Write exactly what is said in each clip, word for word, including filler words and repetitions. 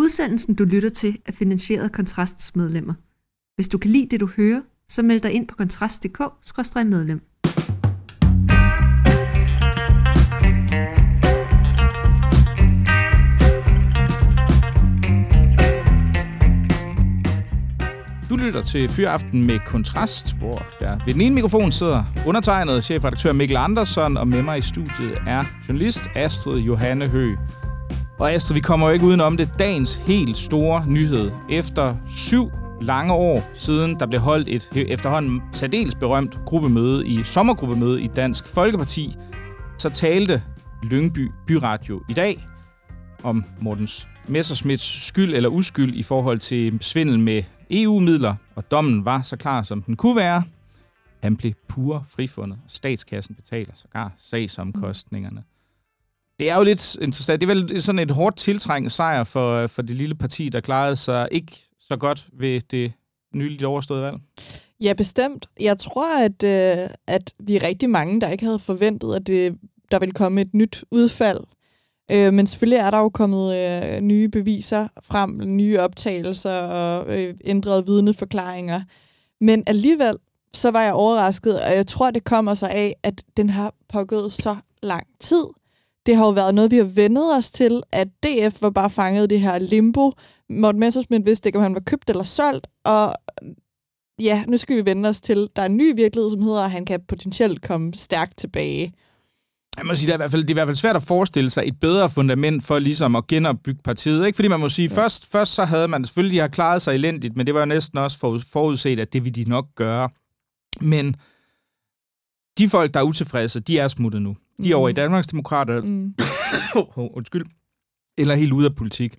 Udsendelsen, du lytter til, er finansieret af Kontrasts medlemmer. Hvis du kan lide det, du hører, så meld dig ind på kontrast punktum d k skråstreg medlem. Du lytter til Fyraften med Kontrast, hvor der ved den ene mikrofon sidder undertegnet chefredaktør Mikkel Andersson, og med mig i studiet er journalist Astrid Johanne Høgh. Og Astrid, vi kommer jo ikke udenom det, dagens helt store nyhed. Efter syv lange år siden, der blev holdt et efterhånden særdeles berømt gruppemøde i sommergruppemøde i Dansk Folkeparti, så talte Lyngby Byradio i dag om Morten Messerschmidts skyld eller uskyld i forhold til svindel med E U-midler, og dommen var så klar, som den kunne være. Han blev pure frifundet, og statskassen betaler sågar sagsomkostningerne. Det er jo lidt interessant. Det er vel sådan et hårdt tiltrængt sejr for, for det lille parti, der klarede sig ikke så godt ved det nyligt overståede valg. Ja, bestemt. Jeg tror, at, øh, at vi er rigtig mange, der ikke havde forventet, at det, der ville komme et nyt udfald. Øh, men selvfølgelig er der jo kommet øh, nye beviser frem, nye optagelser og øh, ændrede vidneforklaringer. Men alligevel, så var jeg overrasket, og jeg tror, det kommer sig af, at den har pågået så lang tid. Det har jo været noget, vi har vendet os til, at D F var bare fanget i det her limbo. Morten Messerschmidt vidste ikke, om han var købt eller solgt, og ja, nu skal vi vende os til, der er en ny virkelighed, som hedder, at han kan potentielt komme stærkt tilbage. Jeg må sige, det er, i hvert fald, det er i hvert fald svært at forestille sig et bedre fundament for ligesom at genopbygge partiet. Ikke? Fordi man må sige, ja. først, først så havde man selvfølgelig, de har klaret sig elendigt, men det var jo næsten også forudset, at det ville de nok gøre. Men de folk, der er utilfredse, de er smuttet nu. De er mm. over i Danmarksdemokrater, mm. undskyld, eller helt ude af politik.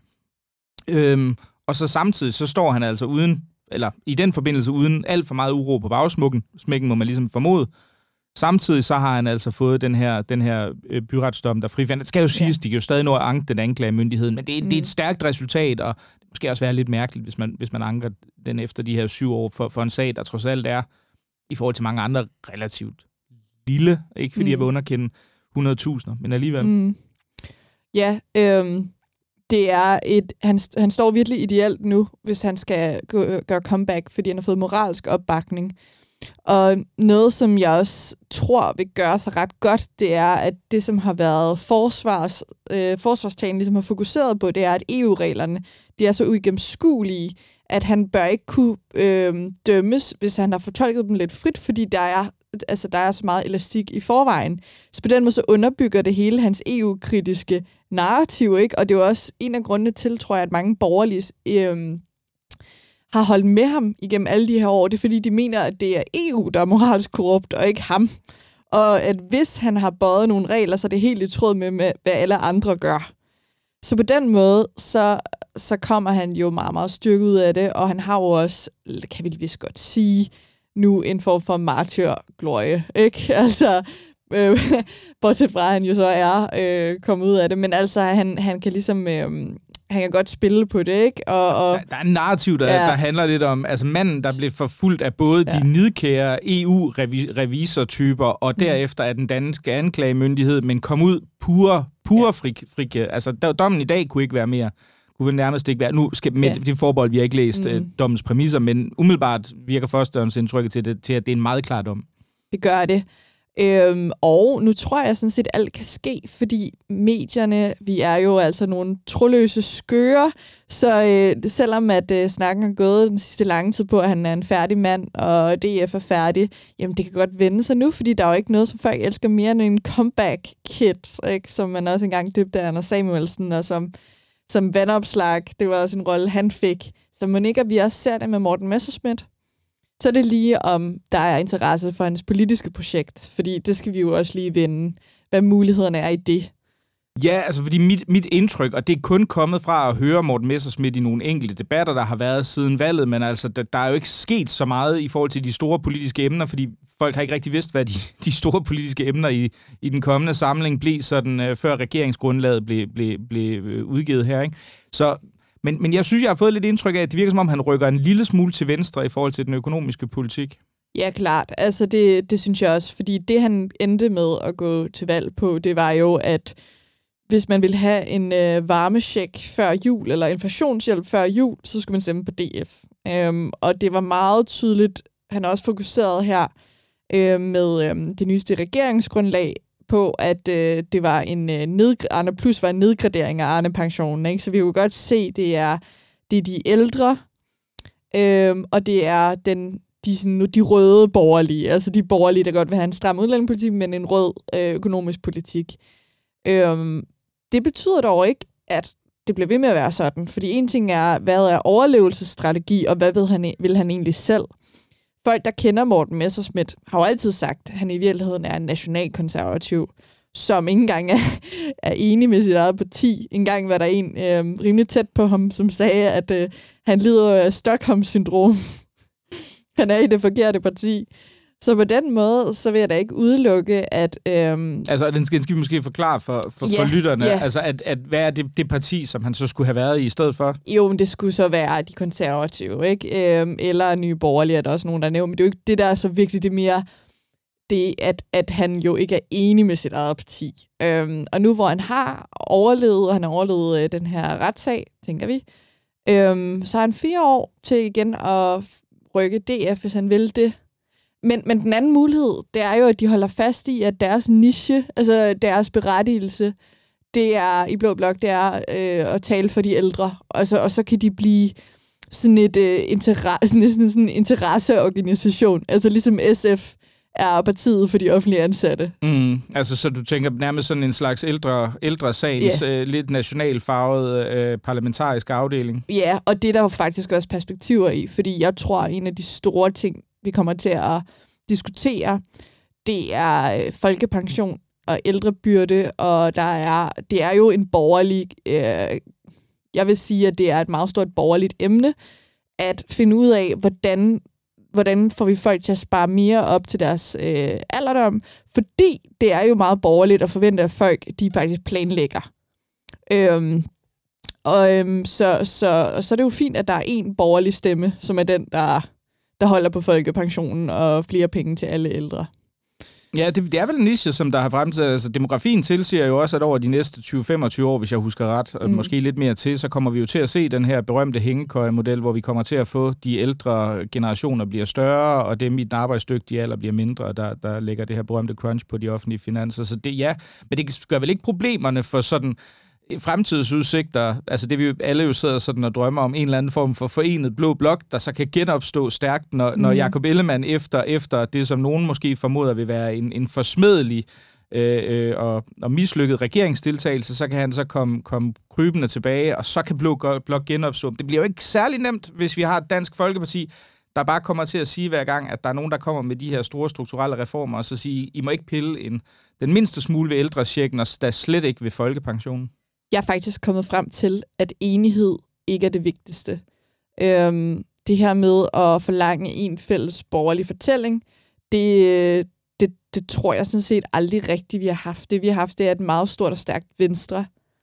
Øhm, og så samtidig, så står han altså uden, eller i den forbindelse uden alt for meget uro på bagsmækken, smækken må man ligesom formode. Samtidig så har han altså fået den her, den her øh, byretsdom, der frifandt. Det skal jo siges, ja. De kan jo stadig nå at anke den anklagemyndighed, men det, mm. det er et stærkt resultat, og det måske også være lidt mærkeligt, hvis man, hvis man anker den efter de her syv år for, for en sag, der trods alt er, i forhold til mange andre, relativt lille. Ikke fordi mm. jeg vil underkende hundrede tusinder, men alligevel. Mm. Ja, øhm, det er et, han, han står virkelig ideelt nu, hvis han skal gå, gøre comeback, fordi han har fået moralsk opbakning. Og noget, som jeg også tror vil gøre sig ret godt, det er, at det, som har været forsvars, øh, forsvarstagen ligesom har fokuseret på, det er, at E U-reglerne de er så uigennemskuelige, at han bør ikke kunne øh, dømmes, hvis han har fortolket dem lidt frit, fordi der er, altså, der er så meget elastik i forvejen. Så på den måde så underbygger det hele hans E U-kritiske narrativ, ikke? Og det er jo også en af grundene til, tror jeg, at mange borgerlige øh, har holdt med ham igennem alle de her år. Det er fordi, de mener, at det er E U, der er moralsk korrupt, og ikke ham. Og at hvis han har bøjet nogle regler, så er det helt i tråd med, med hvad alle andre gør. Så på den måde, så, så kommer han jo meget, meget styrket ud af det, og han har jo også, kan vi vist godt sige, nu en form for martyrglorie, ikke? Altså, øh, bortset fra, at han jo så er øh, kommet ud af det, men altså, han, han kan ligesom... Øh, han kan godt spille på det, ikke? Og, og der, der er en narrativ, der, ja. der handler lidt om, altså manden, der blev forfulgt af både ja. de nidkære E U-revisortyper, og derefter af den danske anklagemyndighed, men kom ud pure, pure ja. frik, frik. Altså, der, dommen i dag kunne ikke være mere, kunne vel nærmest ikke være. Nu skal med ja. det forbehold, vi har ikke læst mm. uh, dommens præmisser, men umiddelbart virker førstehåndsindtrykket til, det, til, at det er en meget klar dom. Det gør det. Øhm, og nu tror jeg sådan set, at alt kan ske, fordi medierne, vi er jo altså nogle troløse skøre, så øh, selvom at øh, snakken er gået den sidste lange tid på, at han er en færdig mand, og D F er færdig, jamen det kan godt vende sig nu, fordi der er jo ikke noget, som folk elsker mere end en comeback-kid, ikke? Som man også engang døbte Anders Samuelsen, og som, som vandopslag, det var også en rolle, han fik. Så må ikke, at vi også ser det med Morten Messerschmidt. Så er det lige, om der er interesse for hans politiske projekt, fordi det skal vi jo også lige vende, hvad mulighederne er i det. Ja, altså fordi mit, mit indtryk, og det er kun kommet fra at høre Morten Messerschmidt i nogle enkelte debatter, der har været siden valget, men altså, der, der er jo ikke sket så meget i forhold til de store politiske emner, fordi folk har ikke rigtig vidst, hvad de, de store politiske emner i, i den kommende samling blev, sådan øh, før regeringsgrundlaget blev, blev, blev øh, udgivet her, ikke? Så... Men, men jeg synes, jeg har fået lidt indtryk af, at det virker som om, han rykker en lille smule til venstre i forhold til den økonomiske politik. Ja, klart. Altså, det, det synes jeg også. Fordi det, han endte med at gå til valg på, det var jo, at hvis man ville have en øh, varmecheck før jul, eller inflationshjælp før jul, så skulle man stemme på D F. Øhm, og det var meget tydeligt, han er også fokuseret her øh, med øh, det nyeste regeringsgrundlag, på, at øh, det var en øh, ned, Arne Plus var en nedgradering af Arne-pensionen, ikke? Så vi kunne godt se, det er, det er de ældre, øh, og det er den, de, sådan, de røde borgerlige, altså de borgerlige, der godt vil have en stram udlændingepolitik, men en rød øh, økonomisk politik. Øh, det betyder dog ikke, at det bliver ved med at være sådan, fordi en ting er, hvad er overlevelsesstrategi, og hvad ved han, vil han egentlig selv? Folk, der kender Morten Messerschmidt, har jo altid sagt, at han i virkeligheden er en nationalkonservativ, som ikke engang er, er enig med sit eget parti. En gang var der en øh, rimelig tæt på ham, som sagde, at øh, han lider af Stockholm-syndrom. Han er i det forkerte parti. Så på den måde, så vil jeg da ikke udelukke, at... Øhm, altså, den skal, den skal vi måske forklare for, for, yeah, for lytterne. Yeah. Altså, at, at, hvad er det, det parti, som han så skulle have været i i stedet for? Jo, men det skulle så være de konservative, ikke? Øhm, eller Nye Borgerlige, er der også nogen, der nævner. Men det er jo ikke det, der er så vigtigt. Det er mere det, at, at han jo ikke er enig med sit eget parti. Øhm, og nu, hvor han har overlevet, og han har overlevet øh, den her retssag, tænker vi, øhm, så har han fire år til igen at rykke D F, hvis han vil det. Men, men den anden mulighed, det er jo, at de holder fast i, at deres niche, altså deres berettigelse, det er i Blå Blok, det er øh, at tale for de ældre. Altså, og så kan de blive sådan et øh, interesse, sådan, sådan en interesseorganisation. Altså ligesom S F er partiet for de offentlige ansatte. Mm, altså, så du tænker nærmest sådan en slags ældre, ældre sagens, yeah. øh, lidt nationalfarvet øh, parlamentarisk afdeling. Ja, yeah, og det er der jo faktisk også perspektiver i, fordi jeg tror, at en af de store ting, vi kommer til at diskutere, det er øh, folkepension og ældrebyrde, og der er, det er jo en borgerlig, øh, jeg vil sige, at det er et meget stort borgerligt emne, at finde ud af, hvordan, hvordan får vi folk til at spare mere op til deres øh, alderdom, fordi det er jo meget borgerligt at forvente, at folk, de faktisk planlægger. Øhm, og øhm, så, så, så er det jo fint, at der er en borgerlig stemme, som er den, der der holder på folkepensionen og flere penge til alle ældre. Ja, det, det er vel en niche, som der har fremtid. Altså, demografien tilsiger jo også, at over de næste tyve til femogtyve år, hvis jeg husker ret, og mm. måske lidt mere til, så kommer vi jo til at se den her berømte hængekøje-model, hvor vi kommer til at få de ældre generationer bliver større, og dem i den arbejdsdygtige alder bliver mindre, og der, der lægger det her berømte crunch på de offentlige finanser. Så det, ja, men det gør vel ikke problemerne for sådan fremtidsudsigter, altså det vi jo alle jo sidder sådan og drømmer om en eller anden form for forenet blå blok, der så kan genopstå stærkt, når, mm. når Jakob Ellemann efter, efter det, som nogen måske formoder vil være en, en forsmedelig øh, øh, og, og mislykket regeringsdeltagelse, så kan han så komme, komme krybende tilbage, og så kan blå blok genopstå. Det bliver jo ikke særlig nemt, hvis vi har et Dansk Folkeparti, der bare kommer til at sige hver gang, at der er nogen, der kommer med de her store strukturelle reformer, og så sige, I må ikke pille en, den mindste smule ved ældrechecken, og der slet ikke ved folkepensionen. Jeg er faktisk kommet frem til, at enighed ikke er det vigtigste. Øhm, det her med at forlange en fælles borgerlig fortælling, det, det, det tror jeg sådan set aldrig rigtigt, vi har haft. Det vi har haft, det er et meget stort og stærkt venstre.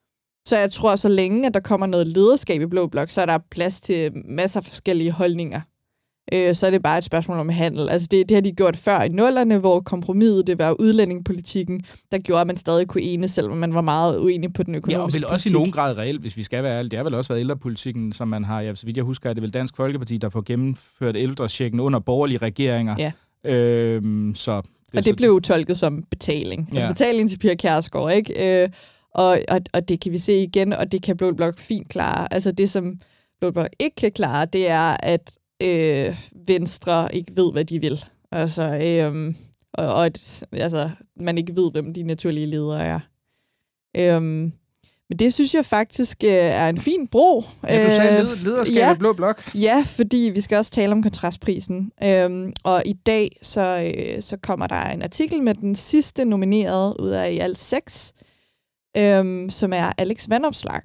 Så jeg tror, så længe at der kommer noget lederskab i Blå Blok, så er der plads til masser af forskellige holdninger. Øh, så er det bare et spørgsmål om handel. Altså det, det har de gjort før i nullerne, hvor kompromiset, det var udlændingepolitikken, der gjorde, at man stadig kunne enes, selvom man var meget uenig på den økonomiske politik. Ja, og vel også i nogen grad reelt, hvis vi skal være ærlige. Det har vel også været ældrepolitikken, som man har, ja, så vidt jeg husker, er det vel Dansk Folkeparti, der får gennemført ældrechecken under borgerlige regeringer. Ja. Øhm, så det og det blev jo tolket som betaling. Ja. Altså betaling til Pia Kjærsgaard, ikke? Øh, og, og, og det kan vi se igen, og det kan Blå Blok fint klare. Altså det, som Blå Blok ikke kan klare, det er, at Øh, Venstre ikke ved, hvad de vil. Altså, øh, og, og et, altså, man ikke ved, hvem de naturlige ledere er. Øh, men det synes jeg faktisk øh, er en fin bro. Ja, du sagde led- lederskab ja, i Blå Blok. Ja, fordi vi skal også tale om kontrastprisen. Øh, og i dag så, øh, så kommer der en artikel med den sidste nominerede ud af i alt seks, øh, som er Alex Vanopslagh.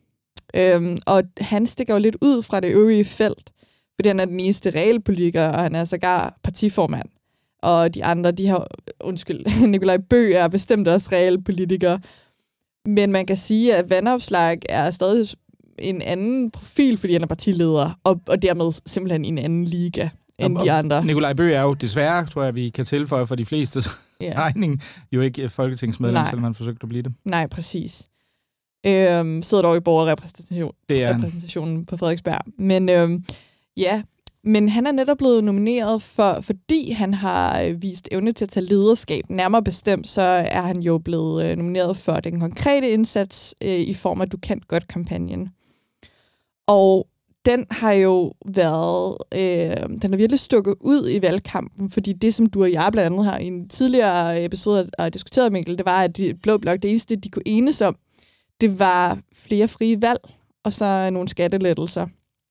Øh, og han stikker jo lidt ud fra det øvrige felt, fordi han er den eneste realpolitiker, og han er sågar partiformand. Og de andre, de har, undskyld, Nikolaj Bøgh er bestemt også realpolitiker. Men man kan sige, at Vanopslagh er stadig en anden profil, fordi han er partileder, og, og dermed simpelthen i en anden liga end og, de andre. Nikolaj Bøgh er jo desværre, tror jeg, vi kan tilføje for de fleste yeah. regning, jo ikke folketingsmedlem, selvom han forsøgte at blive det. Nej, præcis. Øhm, sidder dog i borgerrepræsentation, Det er han. repræsentationen på Frederiksberg. Men øhm, ja, men han er netop blevet nomineret, for, fordi han har øh, vist evne til at tage lederskab. Nærmere bestemt, så er han jo blevet øh, nomineret for den konkrete indsats øh, i form af Du kan godt-kampagnen. Og den har jo været, øh, den har virkelig stukket ud i valgkampen, fordi det, som du og jeg blandt andet har i en tidligere episode har diskuteret, Mikkel, det var, at de Blå Blok, det eneste, de kunne enes om, det var flere frie valg, og så nogle skattelettelser.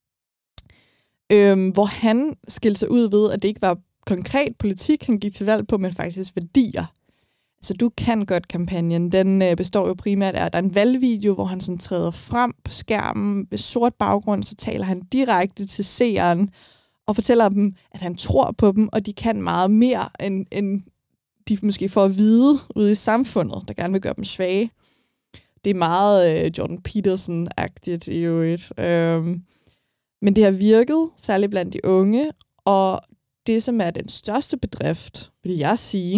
Øhm, hvor han skilte sig ud ved, at det ikke var konkret politik, han gik til valg på, men faktisk værdier. Altså, Du kan godt-kampagnen, den øh, består jo primært af, at der er en valgvideo, hvor han sådan træder frem på skærmen med sort baggrund, så taler han direkte til seeren og fortæller dem, at han tror på dem, og de kan meget mere, end, end de måske får at vide ude i samfundet, der gerne vil gøre dem svage. Det er meget øh, Jordan Peterson-agtigt i øvrigt. Øhm, men det har virket, særligt blandt de unge, og det, som er den største bedrift, vil jeg sige,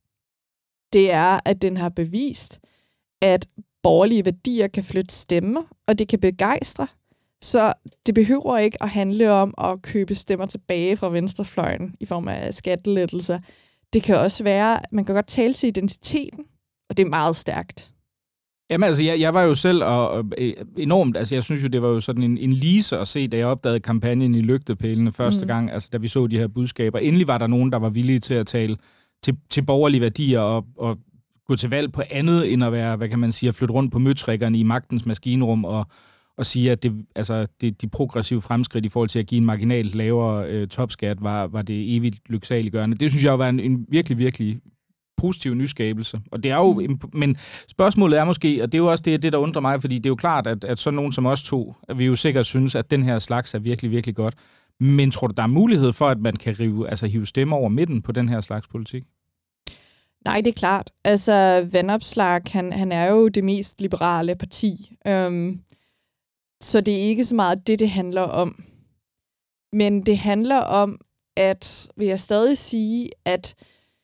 det er, at den har bevist, at borgerlige værdier kan flytte stemmer, og det kan begejstre. Så det behøver ikke at handle om at købe stemmer tilbage fra venstrefløjen i form af skattelettelser. Det kan også være, at man kan godt tale til identiteten, og det er meget stærkt. Jamen altså, jeg, jeg var jo selv og, og, enormt, altså jeg synes jo, det var jo sådan en, en lise at se, da jeg opdagede kampagnen i lygtepælene første mm. gang, altså da vi så de her budskaber. Endelig var der nogen, der var villige til at tale til, til borgerlige værdier og, og gå til valg på andet, end at være, hvad kan man sige, at flytte rundt på møtrikkerne i magtens maskinrum og, og sige, at det, altså, det, de progressive fremskridt i forhold til at give en marginalt lavere øh, topskat, var, var det evigt lyksaliggørende. Det synes jeg jo var en, en virkelig, virkelig positiv nyskabelse. Og det er jo, mm. men spørgsmålet er måske, og det er jo også det, det der undrer mig, fordi det er jo klart, at, at sådan nogen som os to, at vi jo sikkert synes, at den her slags er virkelig, virkelig godt. Men tror du, der er mulighed for, at man kan rive, altså hive stemmer over midten på den her slags politik? Nej, det er klart. Altså, Vanopslagh, han, han er jo det mest liberale parti. Øhm, så det er ikke så meget det, det handler om. Men det handler om, at, vil jeg stadig sige, at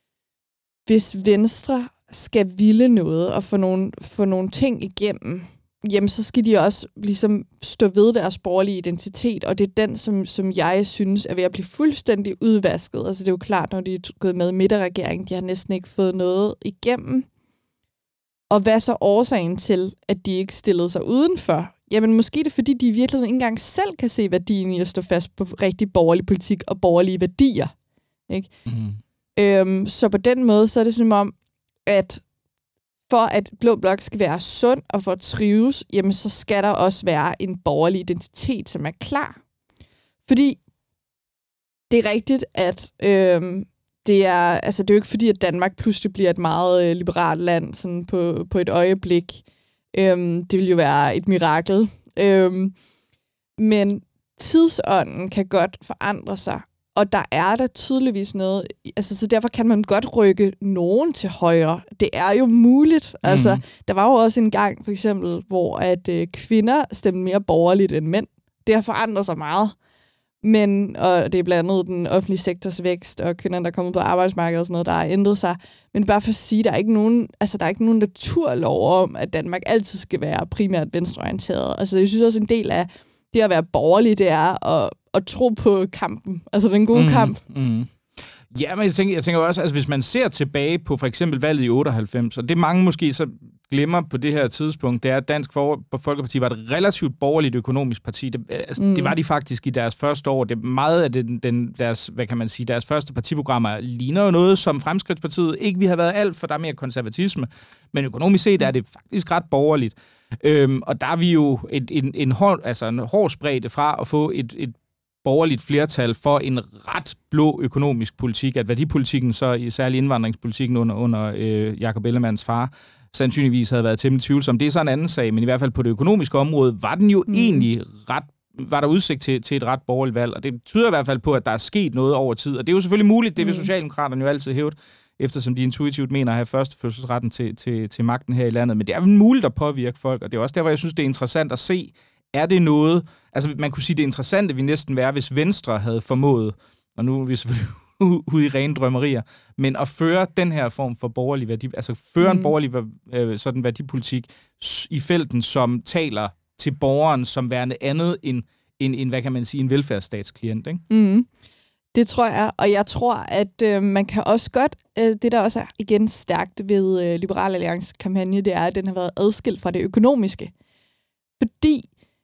hvis Venstre skal ville noget og få nogle, få nogle ting igennem, jamen så skal de også ligesom stå ved deres borgerlige identitet, og det er den, som, som jeg synes er ved at blive fuldstændig udvasket. Altså det er jo klart, når de er gået med i midterregeringen, de har næsten ikke fået noget igennem. Og hvad er så årsagen til, at de ikke stillede sig udenfor? Jamen måske er det, fordi de i virkeligheden ikke engang selv kan se værdien i at stå fast på rigtig borgerlig politik og borgerlige værdier. Ikke? Mm. Øhm, så på den måde, så er det som om, at for at Blå Blok skal være sund og for at trives, jamen så skal der også være en borgerlig identitet, som er klar. Fordi det er rigtigt, at øhm, det er, altså det er jo ikke fordi, at Danmark pludselig bliver et meget øh, liberalt land sådan på, på et øjeblik. Øhm, det vil jo være et mirakel. Øhm, men tidsånden kan godt forandre sig. Og der er der tydeligvis noget, altså så derfor kan man godt rykke nogen til højre. Det er jo muligt. Mm. Altså, der var jo også en gang, for eksempel, hvor at øh, kvinder stemte mere borgerligt end mænd. Det har forandret sig meget. Men, og det er blandt andet den offentlige sektors vækst, og kvinderne, der er kommet på arbejdsmarkedet og sådan noget, der har ændret sig. Men bare for at sige, der er ikke nogen, altså der er ikke nogen naturlov om, at Danmark altid skal være primært venstreorienteret. Altså jeg synes også, en del af det at være borgerlig, det er at at tro på kampen. Altså den gode mm, kamp. Mm. Ja, men jeg tænker, jeg tænker også, altså hvis man ser tilbage på for eksempel valget i otteoghalvfems, og det mange måske så glemmer på det her tidspunkt, det er, at Dansk Folkeparti var et relativt borgerligt økonomisk parti. Det, altså, mm. det var de faktisk i deres første år. Det meget af den, den, deres, hvad kan man sige, deres første partiprogrammer ligner jo noget, som Fremskridtspartiet ikke vi har været alt, for der er mere konservatisme. Men økonomisk set er det faktisk ret borgerligt. Øhm, og der er vi jo et, en, en, hård, altså en hård spredte fra at få et, et borgerligt flertal for en ret blå økonomisk politik, at værdipolitikken så, i særlig indvandringspolitikken under, under øh, Jakob Ellemanns far, sandsynligvis havde været temmelig tvivlsom. Det er så en anden sag, men i hvert fald på det økonomiske område var den jo mm. egentlig ret, var der udsigt til, til et ret borgerligt valg, og det tyder i hvert fald på, at der er sket noget over tid, og det er jo selvfølgelig muligt, det vil mm. Socialdemokraterne jo altid hævde, eftersom de intuitivt mener at have førstefødselsretten til, til, til magten her i landet, men det er vel muligt at påvirke folk, og det er også der, hvor jeg synes, det er interessant at se, er det noget, altså man kunne sige, det interessante vi næsten være, hvis Venstre havde formået, og nu er vi selvfølgelig ud i rene drømmerier, men at føre den her form for borgerlig værdi, altså føre mm. en borgerlig øh, sådan værdipolitik i felten, som taler til borgeren som værende andet end, end, end hvad kan man sige, en velfærdsstatsklient, ikke? Mm. Det tror jeg, og jeg tror, at øh, man kan også godt, øh, det der også er igen stærkt ved øh, Liberal Alliance kampagne, det er, at den har været adskilt fra det økonomiske. Fordi,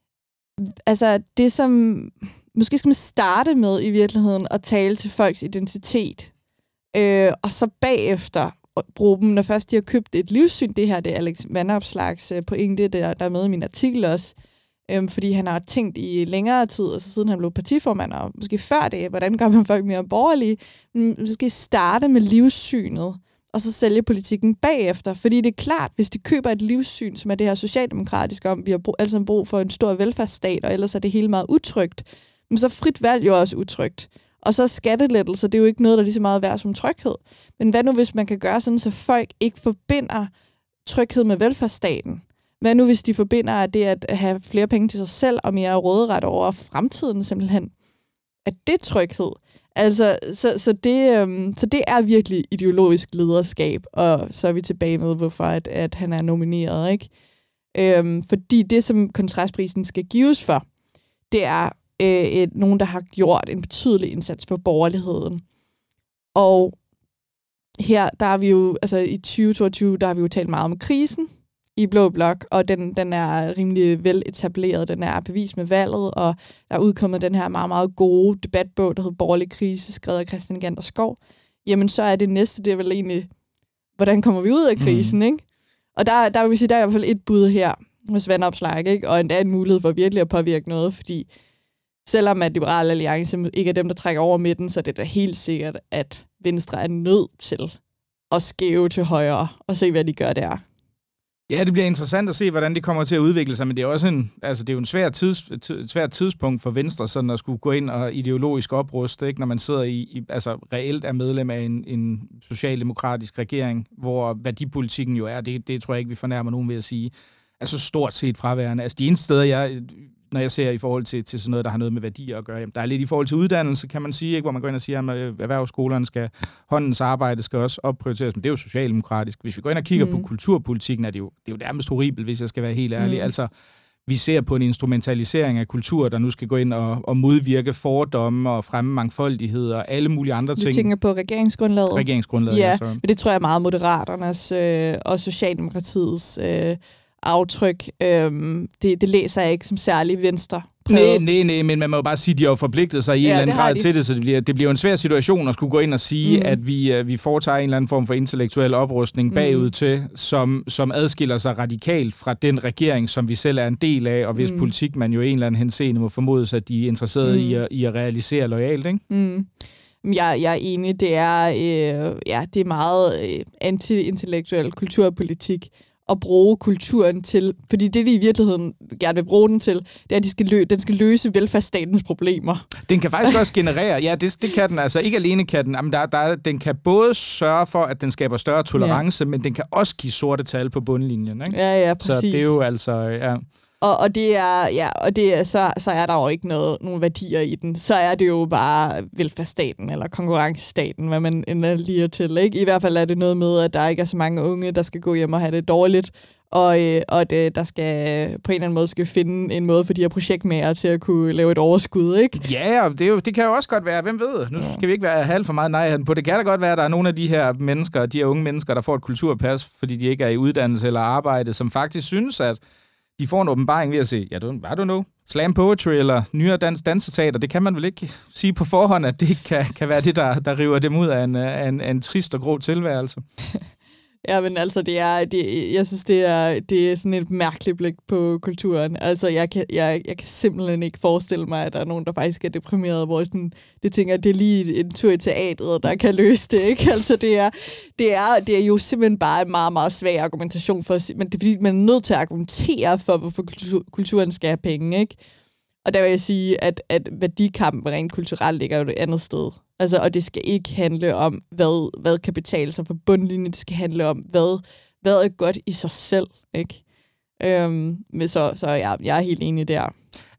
altså det som, måske skal man starte med i virkeligheden at tale til folks identitet, øh, og så bagefter bruge dem, når først de har købt et livssyn. Det her, det er Alex Vanopslaghs pointe, der, der er med i min artikel også. Øhm, fordi han har tænkt i længere tid, altså siden han blev partiformand, og måske før det, hvordan gør man folk mere borgerlige, måske starte med livssynet, og så sælge politikken bagefter. Fordi det er klart, hvis de køber et livssyn, som er det her socialdemokratiske om, vi har brug, altså brug for en stor velfærdsstat, og ellers er det hele meget utrygt, men så frit valg jo også utrygt. Og så skattelettelser, det er jo ikke noget, der er lige så meget værd som tryghed. Men hvad nu, hvis man kan gøre sådan, så folk ikke forbinder tryghed med velfærdsstaten? Hvad nu, hvis de forbinder det at have flere penge til sig selv, og mere råderet over fremtiden simpelthen? At det er tryghed. Altså, så, så, det, øhm, så det er virkelig ideologisk lederskab, og så er vi tilbage med, hvorfor at, at han er nomineret, ikke? Øhm, fordi det, som kontrastprisen skal gives for, det er øh, et, nogen, der har gjort en betydelig indsats for borgerligheden. Og her, der er vi jo, altså i tyve toogtyve, der har vi jo talt meget om krisen i Blå Blok, og den, den er rimelig vel etableret, den er bevist med valget, og der er udkommet den her meget, meget gode debatbog, der hedder Borgerlig Krise, skrevet af Christian Ganter Skov. Jamen, så er det næste, det er vel egentlig, hvordan kommer vi ud af krisen, mm. ikke? Og der, der vil vi sige, der er i hvert fald et bud her hos Vanopslagh, ikke? Og endda en mulighed for virkelig at påvirke noget, fordi selvom at Liberal Alliance ikke er dem, der trækker over midten, så er det da helt sikkert, at Venstre er nødt til at skæve til højre og se, hvad de gør der. Ja, det bliver interessant at se, hvordan det kommer til at udvikle sig, men det er også en, altså det er jo en svær, tids, t- svær tidspunkt for Venstre, sådan at skulle gå ind og ideologisk opruste, ikke? Når man sidder i, i, altså reelt er medlem af en, en socialdemokratisk regering, hvor værdipolitikken jo er, det, det tror jeg ikke, vi fornærmer nogen ved at sige, altså stort set fraværende. Altså de eneste steder, jeg, når jeg ser i forhold til, til sådan noget, der har noget med værdier at gøre, jamen, der er lidt i forhold til uddannelse, kan man sige, ikke? Hvor man går ind og siger, at erhvervsskolerne skal, håndens arbejde skal også opprioriteres, men det er jo socialdemokratisk. Hvis vi går ind og kigger mm. på kulturpolitikken, er det jo, det er jo nærmest horribelt, hvis jeg skal være helt ærlig. Mm. Altså, vi ser på en instrumentalisering af kultur, der nu skal gå ind og, og modvirke fordomme og fremme mangfoldighed og alle mulige andre ting. Du tænker på regeringsgrundlaget? Regeringsgrundlaget, ja. Altså. Men det tror jeg er meget Moderaternes øh, og Socialdemokratiets øh, aftryk. Øhm, det, det læser jeg ikke som særlig venstre. Nej, nej, nej, men man må jo bare sige, at de har forpligtet sig i ja, en eller anden grad de. til det, så det bliver, det bliver en svær situation at skulle gå ind og sige, mm. at vi, vi foretager en eller anden form for intellektuel oprustning mm. bagud til, som, som adskiller sig radikalt fra den regering, som vi selv er en del af, og hvis mm. politik man jo i en eller anden henseende må formodes, at de er interesseret mm. i, at, i at realisere loyalt, ikke? Mm. Jeg, jeg er enig, det er, øh, ja, det er meget øh, anti-intellektuel kulturpolitik at bruge kulturen til, fordi det, de i virkeligheden gerne vil bruge den til, det er, at de skal lø- den skal løse velfærdsstatens problemer. Den kan faktisk også generere, ja, det, det kan den, altså ikke alene kan den, jamen der, der, den kan både sørge for, at den skaber større tolerance, ja. men den kan også give sorte tal på bundlinjen, ikke? Ja, ja, præcis. Så det er jo altså, ja... Og, og det er, ja, og det er, så, så er der jo ikke noget, nogen værdier i den. Så er det jo bare velfærdsstaten eller konkurrencestaten, hvad man ender lige til, ikke? I hvert fald er det noget med, at der ikke er så mange unge, der skal gå hjem og have det dårligt, og, øh, og at der skal på en eller anden måde skal finde en måde for de her projektmager til at kunne lave et overskud, ikke? Ja, det, er jo, det kan jo også godt være, hvem ved? Nu skal vi ikke være halv for meget nej på. Det kan da godt være, at der er nogle af de her mennesker, de her unge mennesker, der får et kulturpas, fordi de ikke er i uddannelse eller arbejde, som faktisk synes, at de får en åbenbaring ved at sige, ja, du, hvad du nu? Slam poetry eller nyere dansk danseteater, det kan man vel ikke sige på forhånd, at det kan, kan være det, der, der river dem ud af en, af en, af en trist og grå tilværelse. Ja, men altså, det er, det, jeg synes, det er, det er sådan et mærkeligt blik på kulturen. Altså, jeg kan, jeg, jeg kan simpelthen ikke forestille mig, at der er nogen, der faktisk er deprimeret, hvor sådan, det tænker, det er lige en tur i teatret, der kan løse det, ikke? Altså, det er, det er, det er jo simpelthen bare en meget, meget svag argumentation for at, men det er fordi, man er nødt til at argumentere for, hvorfor kultur, kulturen skal have penge, ikke? Og der vil jeg sige, at, at værdikampen rent kulturelt ligger jo et andet sted. Altså, og det skal ikke handle om, hvad, hvad kan betale sig på bundlinjen. Det skal handle om, hvad, hvad er godt i sig selv, ikke? Øhm, men så, så ja, jeg er helt enig der.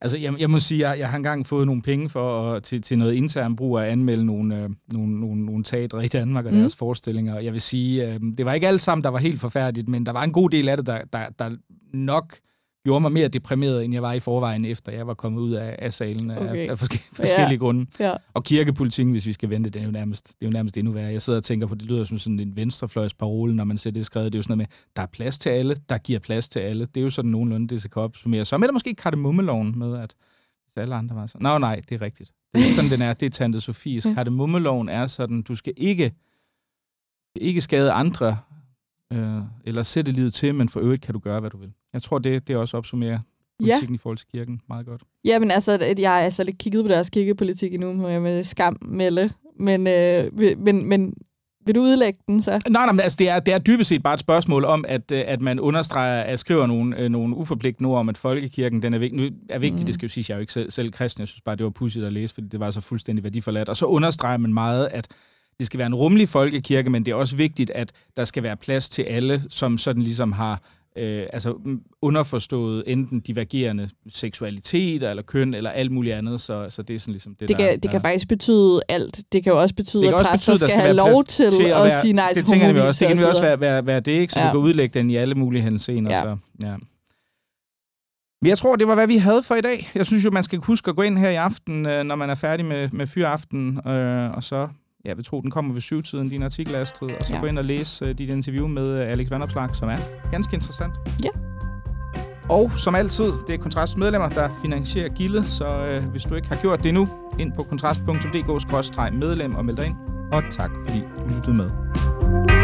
Altså, jeg, jeg må sige, jeg, jeg har engang fået nogle penge for at, til, til noget intern brug at anmelde nogle, øh, nogle, nogle, nogle teatre i Danmark og mm. deres forestillinger. Jeg vil sige, øh, det var ikke alt sammen, der var helt forfærdeligt, men der var en god del af det, der, der, der nok gjorde mig mere deprimeret, end jeg var i forvejen, efter jeg var kommet ud af, af salen okay. af, af forskellige, forskellige ja. grunde. Ja. Og kirkepolitikken, hvis vi skal vente, det er jo nærmest, det er jo nærmest endnu værre. Jeg sidder og tænker på, det lyder som sådan en venstrefløjsparole, når man ser det skrevet. Det er jo sådan noget med, der er plads til alle, der giver plads til alle. Det er jo sådan nogenlunde, det skal opsummere. Så er der måske kardemummeloven med, at hvis alle andre var sådan. Nå nej, det er rigtigt. Det er sådan, den er. Det er Tante Sofies. Kardemummeloven er sådan, du skal ikke, ikke skade andre, øh, eller sætte livet til, men for øvrigt kan du gøre, hvad du vil. Jeg tror, det, det også opsummerer politikken ja. i forhold til kirken meget godt. Ja, men altså, jeg har altså lidt kigget på deres kirkepolitik endnu, må jeg med skam melde. Men, øh, men, men vil du udlægge den så? Nej, nej, men altså, det er, det er dybest set bare et spørgsmål om, at, at man understreger, at skriver nogle, nogle uforpligtende ord om, at folkekirken den er, vigt, nu er vigtig. Mm. Det skal jo sige, jeg er jo ikke selv, selv kristen. Jeg synes bare, det var pudsigt at læse, fordi det var så fuldstændig værdiforladt. Og så understreger man meget, at det skal være en rummelig folkekirke, men det er også vigtigt, at der skal være plads til alle, som sådan ligesom har øh, altså underforstået enten divergerende seksualitet eller køn eller alt muligt andet, så, så det er sådan ligesom det, det kan, der... Det der, kan faktisk betyde alt. Det kan jo også betyde, at præster skal, skal have lov til, til at, at være, sige nej til homofiler. Det, også, det kan vi også være, være, være det, ikke? Så ja. du kan udlægge den i alle mulige henseender. Ja. Så, ja. Men jeg tror, det var, hvad vi havde for i dag. Jeg synes jo, man skal huske at gå ind her i aften, når man er færdig med, med Fyraften, øh, og så... Jeg vil tro, den kommer ved syvtiden, din artikel, Astrid, og så ja. gå ind og læse uh, dit interview med uh, Alex Vanopslagh, som er ganske interessant. Ja. Og som altid, det er Kontrast medlemmer, der finansierer gildet, så uh, hvis du ikke har gjort det nu, ind på kontrast punktum d k skråstreg medlem og meld dig ind. Og tak, fordi du lyttede med.